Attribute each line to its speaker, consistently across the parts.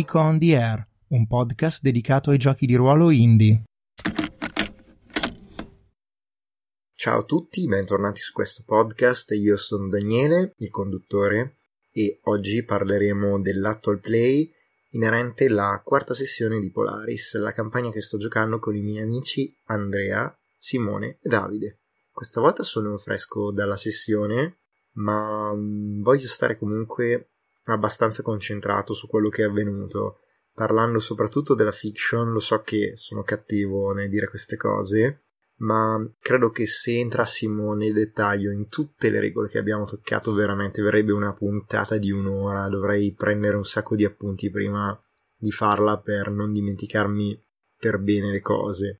Speaker 1: Geek on the Air, un podcast dedicato ai giochi di ruolo indie.
Speaker 2: Ciao a tutti, bentornati su questo podcast. Io sono Daniele, il conduttore, e oggi parleremo dell'Actual Play inerente alla quarta sessione di Polaris, la campagna che sto giocando con i miei amici Andrea, Simone e Davide. Questa volta sono fresco dalla sessione, ma voglio stare comunque abbastanza concentrato su quello che è avvenuto, parlando soprattutto della fiction. Lo so che sono cattivo nel dire queste cose, ma credo che se entrassimo nel dettaglio in tutte le regole che abbiamo toccato veramente verrebbe una puntata di un'ora. Dovrei prendere un sacco di appunti prima di farla per non dimenticarmi per bene le cose.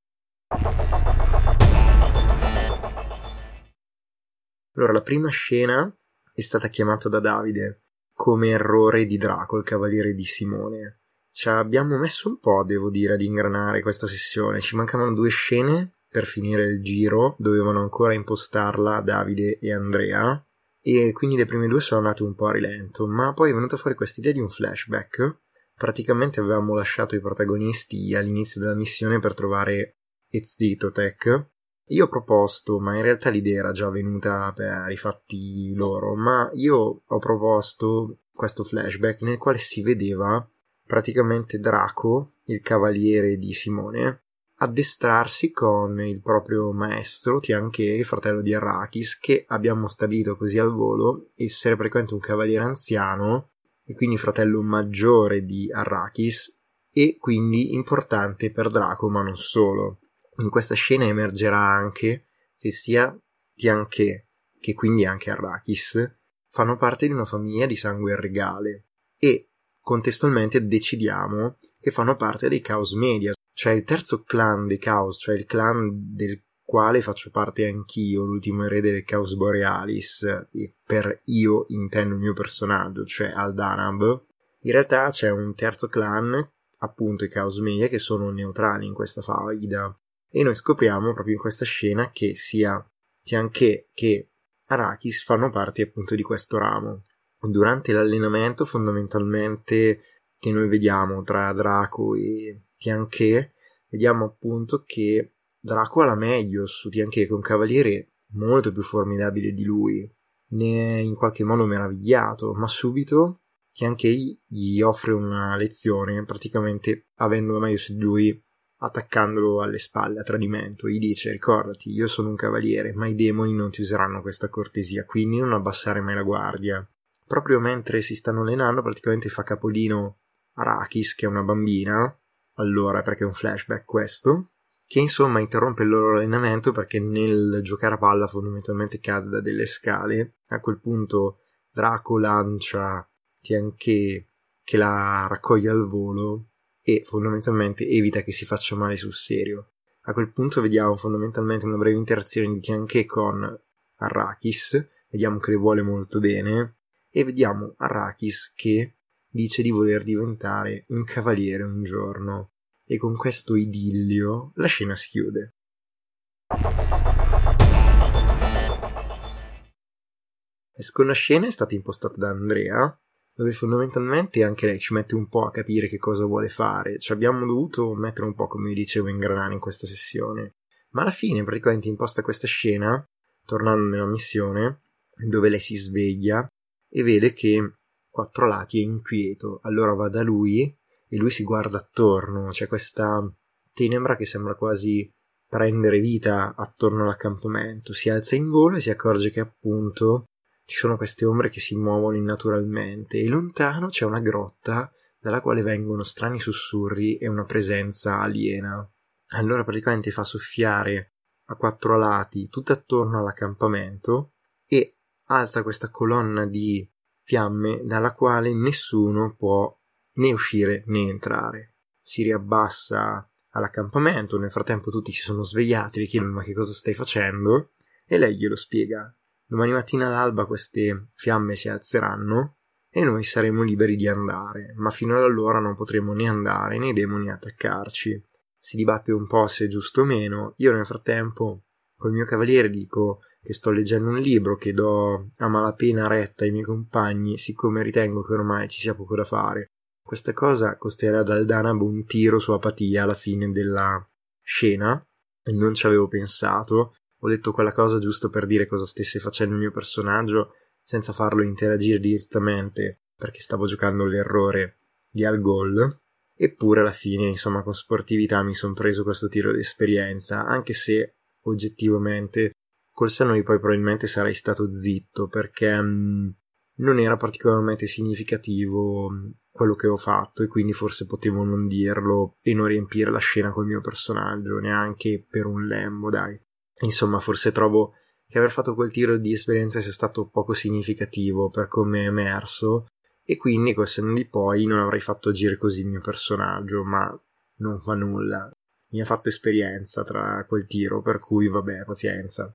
Speaker 2: Allora, la prima scena è stata chiamata da Davide come errore di Draco, il cavaliere di Simone. Ci abbiamo messo un po', devo dire, ad ingranare questa sessione. Ci mancavano 2 scene per finire il giro, dovevano ancora impostarla Davide e Andrea, e quindi le prime 2 sono andate un po' a rilento, ma poi è venuta fuori questa idea di un flashback. Praticamente avevamo lasciato i protagonisti all'inizio della missione per trovare Eztitotech. Io ho proposto, ma in realtà l'idea era già venuta per i fatti loro, ma io ho proposto questo flashback nel quale si vedeva praticamente Draco, il cavaliere di Simone, addestrarsi con il proprio maestro Tianché, fratello di Arrakis, che abbiamo stabilito così al volo essere praticamente un cavaliere anziano e quindi fratello maggiore di Arrakis, e quindi importante per Draco, ma non solo. In questa scena emergerà anche che sia Tianché che quindi anche Arrakis fanno parte di una famiglia di sangue regale, e contestualmente decidiamo che fanno parte dei Chaos Media, cioè il terzo clan dei Chaos, cioè il clan del quale faccio parte anch'io, l'ultimo erede del Chaos Borealis, e per io intendo il mio personaggio, cioe Aldanab. In realtà c'è un terzo clan, appunto i Chaos Media, che sono neutrali in questa faida, e noi scopriamo proprio in questa scena che sia Tianché che Arrakis fanno parte appunto di questo ramo. Durante l'allenamento, fondamentalmente, che noi vediamo tra Draco e Tianché, vediamo appunto che Draco ha la meglio su Tianché, che è un cavaliere molto più formidabile di lui. Ne è in qualche modo meravigliato, ma subito Tianché gli offre una lezione, praticamente avendo la meglio su di lui, attaccandolo alle spalle a tradimento. Gli dice: ricordati, io sono un cavaliere, ma i demoni non ti useranno questa cortesia, quindi non abbassare mai la guardia. Proprio mentre si stanno allenando, praticamente fa capolino Arrakis, che è una bambina, allora, perché è un flashback questo, che insomma interrompe il loro allenamento perché nel giocare a palla fondamentalmente cade da delle scale. A quel punto Draco lancia Tianché, che la raccoglie al volo e fondamentalmente evita che si faccia male sul serio. A quel punto vediamo fondamentalmente una breve interazione di Tianché con Arrakis, vediamo che le vuole molto bene, e vediamo Arrakis che dice di voler diventare un cavaliere un giorno, e con questo idillio la scena si chiude. La seconda scena è stata impostata da Andrea, dove fondamentalmente anche lei ci mette un po' a capire che cosa vuole fare. Ci abbiamo dovuto mettere un po', come vi dicevo, ingranare in questa sessione, ma alla fine praticamente imposta questa scena tornando nella missione, dove lei si sveglia e vede che Quattro Lati è inquieto. Allora va da lui e lui si guarda attorno, c'è questa tenebra che sembra quasi prendere vita attorno all'accampamento. Si alza in volo e si accorge che appunto ci sono queste ombre che si muovono innaturalmente, e lontano c'è una grotta dalla quale vengono strani sussurri e una presenza aliena. Allora praticamente fa soffiare a 4 lati tutto attorno all'accampamento e alza questa colonna di fiamme dalla quale nessuno può né uscire né entrare. Si riabbassa all'accampamento, nel frattempo tutti si sono svegliati, le chiedono: ma che cosa stai facendo? E lei glielo spiega: domani mattina all'alba queste fiamme si alzeranno e noi saremo liberi di andare, ma fino ad allora non potremo né andare né i demoni attaccarci. Si dibatte un po' se è giusto o meno. Io nel frattempo col mio cavaliere dico che sto leggendo un libro, che do a malapena retta ai miei compagni, siccome ritengo che ormai ci sia poco da fare. Questa cosa costerà ad Aldanab un tiro su apatia alla fine della scena, e non ci avevo pensato. Ho detto quella cosa giusto per dire cosa stesse facendo il mio personaggio, senza farlo interagire direttamente, perché stavo giocando l'errore di Al Ghul. Eppure alla fine, insomma, con sportività mi sono preso questo tiro di esperienza, anche se oggettivamente col senno di poi probabilmente sarei stato zitto, perché non era particolarmente significativo quello che ho fatto, e quindi forse potevo non dirlo e non riempire la scena col mio personaggio, neanche per un lembo, dai. Insomma, forse trovo che aver fatto quel tiro di esperienza sia stato poco significativo per come è emerso, e quindi col senno di poi non avrei fatto agire così il mio personaggio, ma non fa nulla. Mi ha fatto esperienza tra quel tiro, per cui vabbè, pazienza.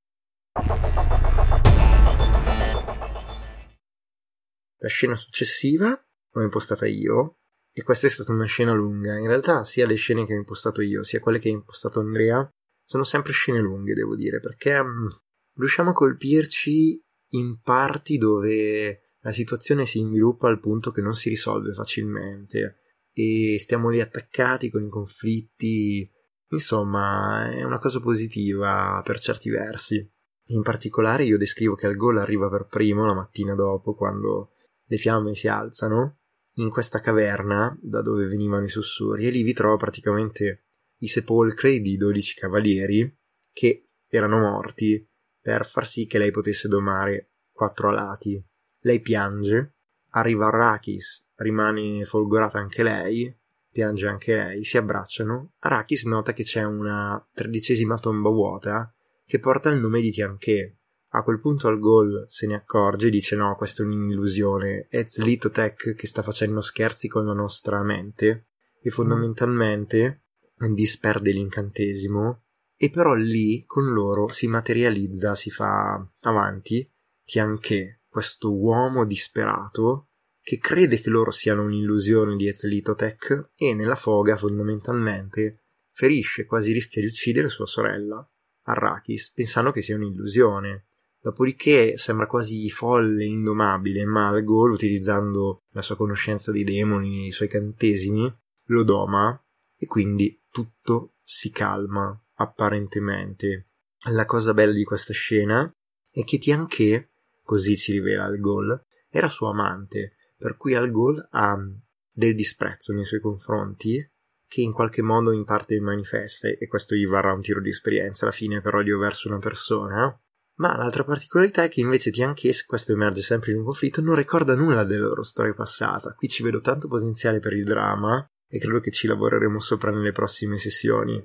Speaker 2: La scena successiva l'ho impostata io, e questa è stata una scena lunga. In realtà sia le scene che ho impostato io, sia quelle che ha impostato Andrea, sono sempre scene lunghe, devo dire, perché riusciamo a colpirci in parti dove la situazione si sviluppa al punto che non si risolve facilmente e stiamo lì attaccati con i conflitti. Insomma, è una cosa positiva per certi versi. In particolare io descrivo che Al Ghul arriva per primo la mattina dopo, quando le fiamme si alzano, in questa caverna da dove venivano i sussurri, e lì vi trovo praticamente i sepolcri di 12 cavalieri che erano morti per far sì che lei potesse domare 4 alati. Lei piange, arriva Arrakis, rimane folgorata anche lei, piange anche lei, si abbracciano. Arrakis nota che c'è una 13ª tomba vuota che porta il nome di Tianché. A quel punto Al Ghul se ne accorge e dice: no, questa è un'illusione, è Tzlitotech che sta facendo scherzi con la nostra mente, e fondamentalmente disperde l'incantesimo, e però lì con loro si materializza, si fa avanti Tianché, questo uomo disperato che crede che loro siano un'illusione di Tzlitotech, e nella foga fondamentalmente ferisce, quasi rischia di uccidere sua sorella Arrakis, pensando che sia un'illusione. Dopodiché sembra quasi folle, indomabile, ma Al Ghul, utilizzando la sua conoscenza dei demoni, i suoi incantesimi, lo doma, e quindi tutto si calma, apparentemente. La cosa bella di questa scena è che Tianché, così ci rivela Al Ghul, era suo amante, per cui Al Ghul ha del disprezzo nei suoi confronti, che in qualche modo in parte manifesta, e questo gli varrà un tiro di esperienza alla fine per odio verso una persona. Ma l'altra particolarità è che invece Tianché, questo emerge sempre in un conflitto, non ricorda nulla della loro storia passata. Qui ci vedo tanto potenziale per il dramma, e credo che ci lavoreremo sopra nelle prossime sessioni.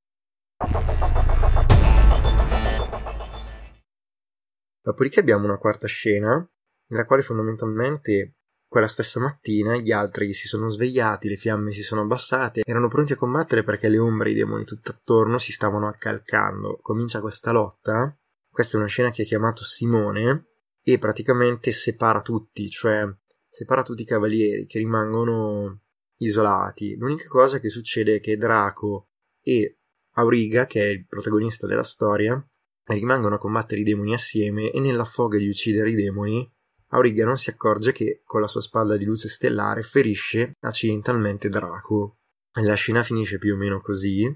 Speaker 2: Dopodiché abbiamo una quarta scena, nella quale fondamentalmente quella stessa mattina gli altri si sono svegliati, le fiamme si sono abbassate, erano pronti a combattere perché le ombre e i demoni tutt'attorno si stavano accalcando. Comincia questa lotta. Questa è una scena che ha chiamato Simone, e praticamente separa tutti, cioè separa tutti i cavalieri che rimangono isolati. L'unica cosa che succede è che Draco e Auriga, che è il protagonista della storia, rimangono a combattere i demoni assieme, e nella foga di uccidere i demoni Auriga non si accorge che con la sua spada di luce stellare ferisce accidentalmente Draco. La scena finisce più o meno così.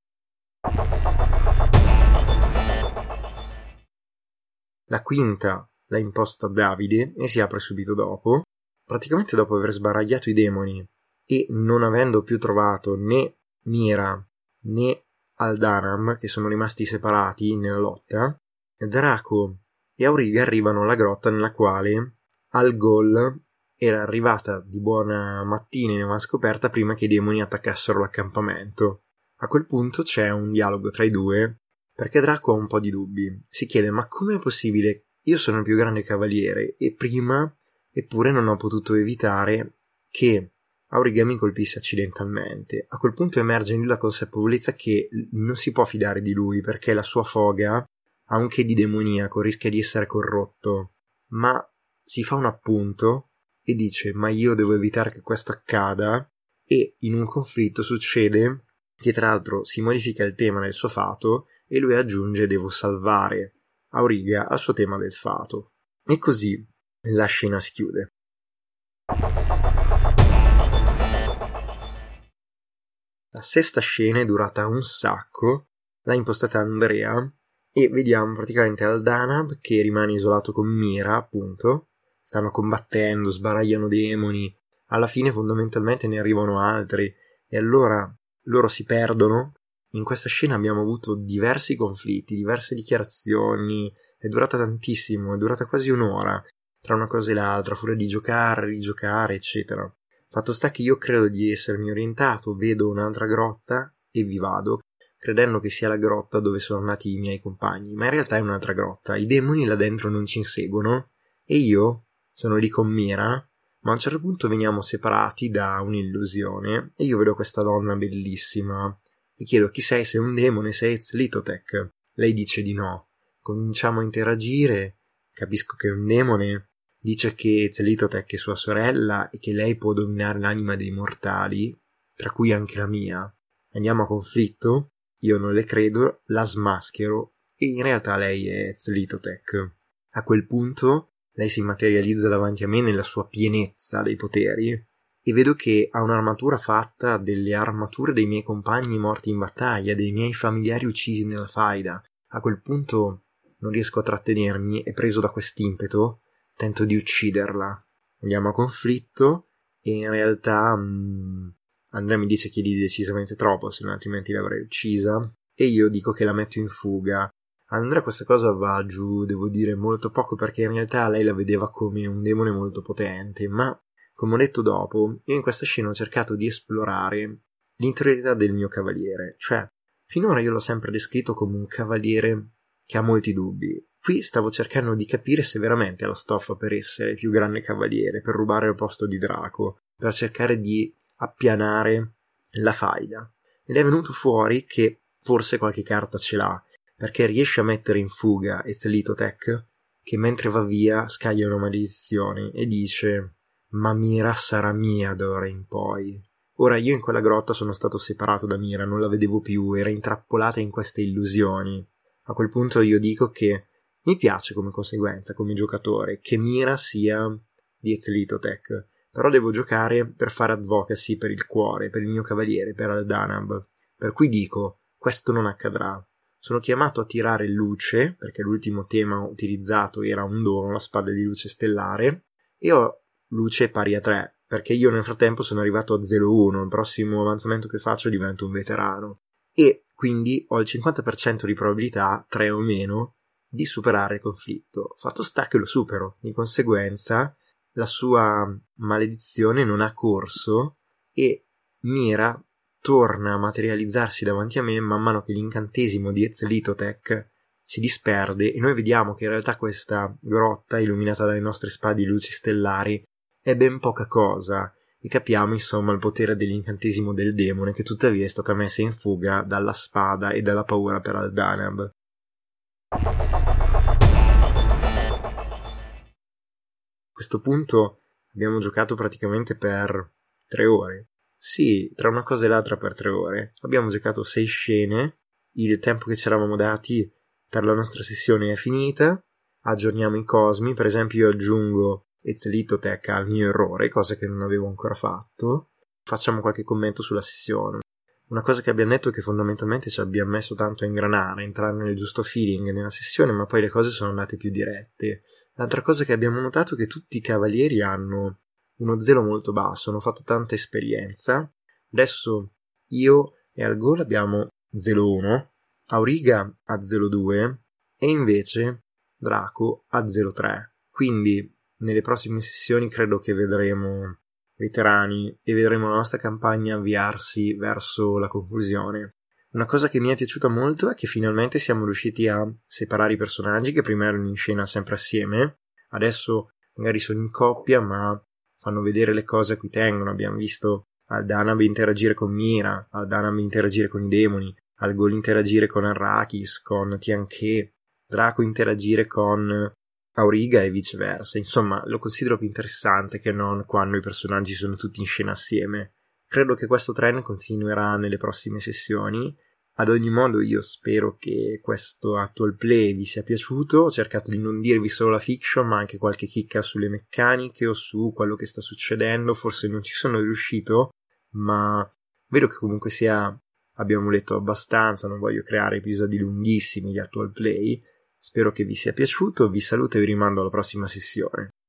Speaker 2: La quinta l'ha imposta Davide e si apre subito dopo, praticamente dopo aver sbaragliato i demoni e non avendo più trovato né Mira né Aldanab, che sono rimasti separati nella lotta. Draco e Auriga arrivano alla grotta nella quale Al Ghul era arrivata di buona mattina e ne aveva scoperta prima che i demoni attaccassero l'accampamento. A quel punto c'è un dialogo tra i due, perché Draco ha un po' di dubbi. Si chiede: ma com'è possibile? Io sono il più grande cavaliere e prima, eppure non ho potuto evitare che Auriga mi colpisse accidentalmente. A quel punto emerge in lui la consapevolezza che non si può fidare di lui, perché la sua foga ha un che di demoniaco, rischia di essere corrotto. Ma si fa un appunto e dice: ma io devo evitare che questo accada, e in un conflitto succede che tra l'altro si modifica il tema del suo fato e lui aggiunge: devo salvare Auriga al suo tema del fato. E così la scena si chiude. La sesta scena è durata un sacco, l'ha impostata Andrea, e vediamo praticamente Aldanab che rimane isolato con Mira, appunto. Stanno combattendo, sbaragliano demoni, alla fine fondamentalmente ne arrivano altri, e allora loro si perdono. In questa scena abbiamo avuto diversi conflitti, diverse dichiarazioni, è durata tantissimo, è durata quasi un'ora, tra una cosa e l'altra, fuori di giocare, rigiocare, eccetera. Fatto sta che io credo di essermi orientato, vedo un'altra grotta e vi vado, credendo che sia la grotta dove sono andati i miei compagni, ma in realtà è un'altra grotta, i demoni là dentro non ci inseguono, e io sono lì con Mira, ma a un certo punto veniamo separati da un'illusione, e io vedo questa donna bellissima. Mi chiedo chi sei, sei un demone, sei Ezlitotech. Lei dice di no. Cominciamo a interagire, capisco che è un demone, dice che Ezlitotech è sua sorella e che lei può dominare l'anima dei mortali, tra cui anche la mia. Andiamo a conflitto, io non le credo, la smaschero e in realtà lei è Ezlitotech. A quel punto lei si materializza davanti a me nella sua pienezza dei poteri e vedo che ha un'armatura fatta delle armature dei miei compagni morti in battaglia, dei miei familiari uccisi nella faida. A quel punto non riesco a trattenermi e preso da quest'impeto tento di ucciderla. Andiamo a conflitto e in realtà Andrea mi dice che chiedi decisamente troppo, se no altrimenti l'avrei uccisa, e io dico che la metto in fuga. Andrea questa cosa va giù, devo dire, molto poco, perché in realtà lei la vedeva come un demone molto potente, ma come ho detto dopo, io in questa scena ho cercato di esplorare l'interiorità del mio cavaliere, cioè finora io l'ho sempre descritto come un cavaliere che ha molti dubbi. Qui stavo cercando di capire se veramente ha la stoffa per essere il più grande cavaliere, per rubare il posto di Draco, per cercare di appianare la faida. Ed è venuto fuori che forse qualche carta ce l'ha, perché riesce a mettere in fuga Ezlitotech, che mentre va via scaglia una maledizione e dice: «Ma Mira sarà mia d'ora in poi». Ora io in quella grotta sono stato separato da Mira, non la vedevo più, era intrappolata in queste illusioni. A quel punto io dico che mi piace come conseguenza, come giocatore, che Mira sia di Ezlitotech, però devo giocare per fare advocacy per il cuore, per il mio cavaliere, per Aldanab. Per cui dico, questo non accadrà. Sono chiamato a tirare luce, perché l'ultimo tema utilizzato era un dono, la spada di luce stellare, e ho luce pari a 3, perché io nel frattempo sono arrivato a 0-1, il prossimo avanzamento che faccio divento un veterano. E quindi ho il 50% di probabilità, 3 o meno, di superare il conflitto. Fatto sta che lo supero, di conseguenza la sua maledizione non ha corso e Mira torna a materializzarsi davanti a me man mano che l'incantesimo di Ezlitotech si disperde e noi vediamo che in realtà questa grotta illuminata dalle nostre spade di luci stellari è ben poca cosa e capiamo insomma il potere dell'incantesimo del demone che tuttavia è stata messa in fuga dalla spada e dalla paura per Aldanab. A questo punto abbiamo giocato praticamente per 3 ore. Sì, tra una cosa e l'altra per 3 ore. Abbiamo giocato 6 scene, il tempo che ci eravamo dati per la nostra sessione è finita, aggiorniamo i cosmi, per esempio io aggiungo Ezlitotech al mio errore, cosa che non avevo ancora fatto, facciamo qualche commento sulla sessione. Una cosa che abbiamo detto è che fondamentalmente ci abbiamo messo tanto a ingranare, entrare nel giusto feeling nella sessione, ma poi le cose sono andate più dirette. L'altra cosa che abbiamo notato è che tutti i cavalieri hanno uno zelo molto basso, hanno fatto tanta esperienza. Adesso io e Algol abbiamo 0-1, Auriga a 0-2 e invece Draco a 0-3. Quindi nelle prossime sessioni credo che vedremo veterani e vedremo la nostra campagna avviarsi verso la conclusione. Una cosa che mi è piaciuta molto è che finalmente siamo riusciti a separare i personaggi che prima erano in scena sempre assieme, adesso magari sono in coppia ma fanno vedere le cose a cui tengono. Abbiamo visto Aldanab interagire con Mira, Aldanab interagire con i demoni, Algol interagire con Arrakis, con Tianke, Draco interagire con Auriga e viceversa. Insomma, lo considero più interessante che non quando i personaggi sono tutti in scena assieme. Credo che questo trend continuerà nelle prossime sessioni. Ad ogni modo io spero che questo actual play vi sia piaciuto. Ho cercato di non dirvi solo la fiction ma anche qualche chicca sulle meccaniche o su quello che sta succedendo. Forse non ci sono riuscito, ma Vedo che comunque sia abbiamo letto abbastanza, non voglio creare episodi lunghissimi di Actual Play. Spero che vi sia piaciuto, vi saluto e vi rimando alla prossima sessione.